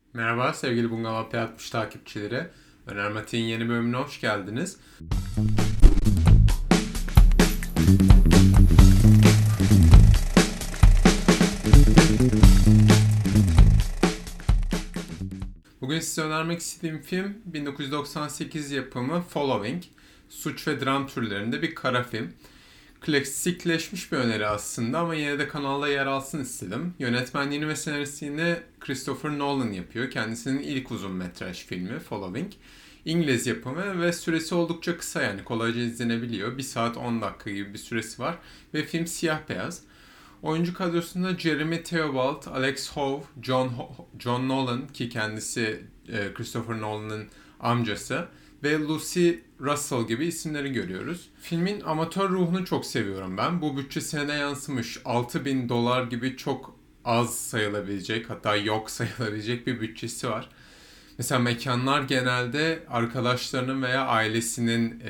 Merhaba sevgili Bungalov P60 takipçileri. Önermatiğin yeni bölümüne hoş geldiniz. Bugün size önermek istediğim film 1998 yapımı Following. Suç ve dram türlerinde bir kara film. Klasikleşmiş bir öneri aslında ama yine de kanalda yer alsın istedim. Yönetmenliğini ve senaristliğini Christopher Nolan yapıyor. Kendisinin ilk uzun metraj filmi Following. İngiliz yapımı ve süresi oldukça kısa, yani kolayca izlenebiliyor. 1 saat 10 dakika gibi bir süresi var ve film siyah beyaz. Oyuncu kadrosunda Jeremy Theobald, Alex Howe, John Nolan ki kendisi Christopher Nolan'ın amcası ve Lucy Russell gibi isimleri görüyoruz. Filmin amatör ruhunu çok seviyorum ben. Bu bütçesine de yansımış. $6.000 gibi çok az sayılabilecek, hatta yok sayılabilecek bir bütçesi var. Mesela mekanlar genelde arkadaşlarının veya ailesinin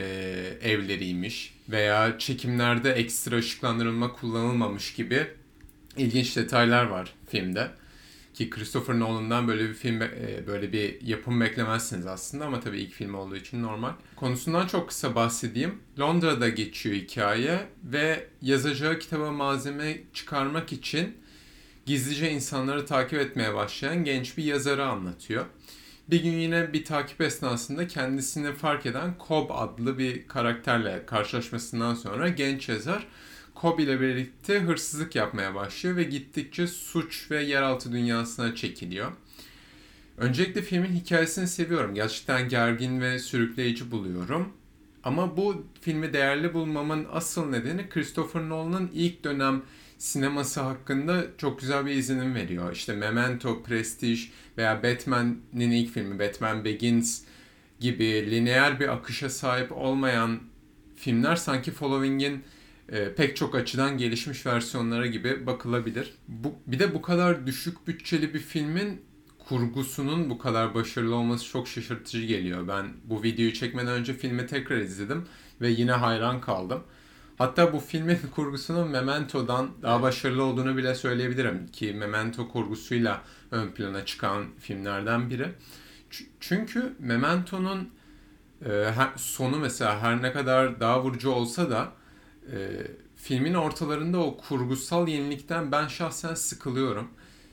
evleriymiş veya çekimlerde ekstra ışıklandırılma kullanılmamış gibi ilginç detaylar var filmde. Ki Christopher Nolan'dan böyle bir film, böyle bir yapım beklemezsiniz aslında ama tabii ilk film olduğu için normal. Konusundan çok kısa bahsedeyim. Londra'da geçiyor hikaye ve yazacağı kitaba malzeme çıkarmak için gizlice insanları takip etmeye başlayan genç bir yazarı anlatıyor. Bir gün yine bir takip esnasında kendisini fark eden Cobb adlı bir karakterle karşılaşmasından sonra genç yazar Cobb ile birlikte hırsızlık yapmaya başlıyor ve gittikçe suç ve yeraltı dünyasına çekiliyor. Öncelikle filmin hikayesini seviyorum. Gerçekten gergin ve sürükleyici buluyorum. Ama bu filmi değerli bulmamın asıl nedeni Christopher Nolan'ın ilk dönem sineması hakkında çok güzel bir izlenim veriyor. İşte Memento, Prestige veya Batman'in ilk filmi Batman Begins gibi lineer bir akışa sahip olmayan filmler sanki Following'in pek çok açıdan gelişmiş versiyonları gibi bakılabilir. Bir de bu kadar düşük bütçeli bir filmin kurgusunun bu kadar başarılı olması çok şaşırtıcı geliyor. Ben bu videoyu çekmeden önce filmi tekrar izledim ve yine hayran kaldım. Hatta bu filmin kurgusunun Memento'dan daha başarılı olduğunu bile söyleyebilirim ki Memento kurgusuyla ön plana çıkan filmlerden biri. Çünkü Memento'nun sonu mesela her ne kadar daha vurucu olsa da filmin ortalarında o kurgusal yenilikten ben şahsen sıkılıyorum.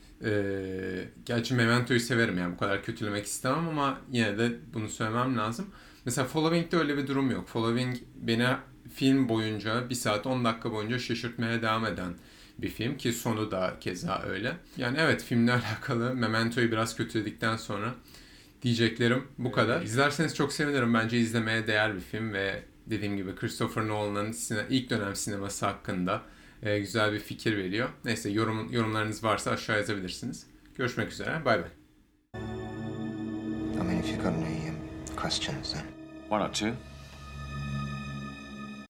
Gerçi Memento'yu severim, yani bu kadar kötülemek istemem ama yine de bunu söylemem lazım. Mesela Following'de öyle bir durum yok. Following beni film boyunca 1 saat 10 dakika boyunca şaşırtmaya devam eden bir film ki sonu da keza öyle. Yani evet, filmle alakalı Memento'yu biraz kötüledikten sonra diyeceklerim bu kadar. İzlerseniz çok sevinirim. Bence izlemeye değer bir film ve dediğim gibi Christopher Nolan'ın ilk dönem sineması hakkında güzel bir fikir veriyor. Neyse, yorumlarınız varsa aşağı yazabilirsiniz. Görüşmek üzere. Bay bay. I mean, if you've got any questions, then. One or two.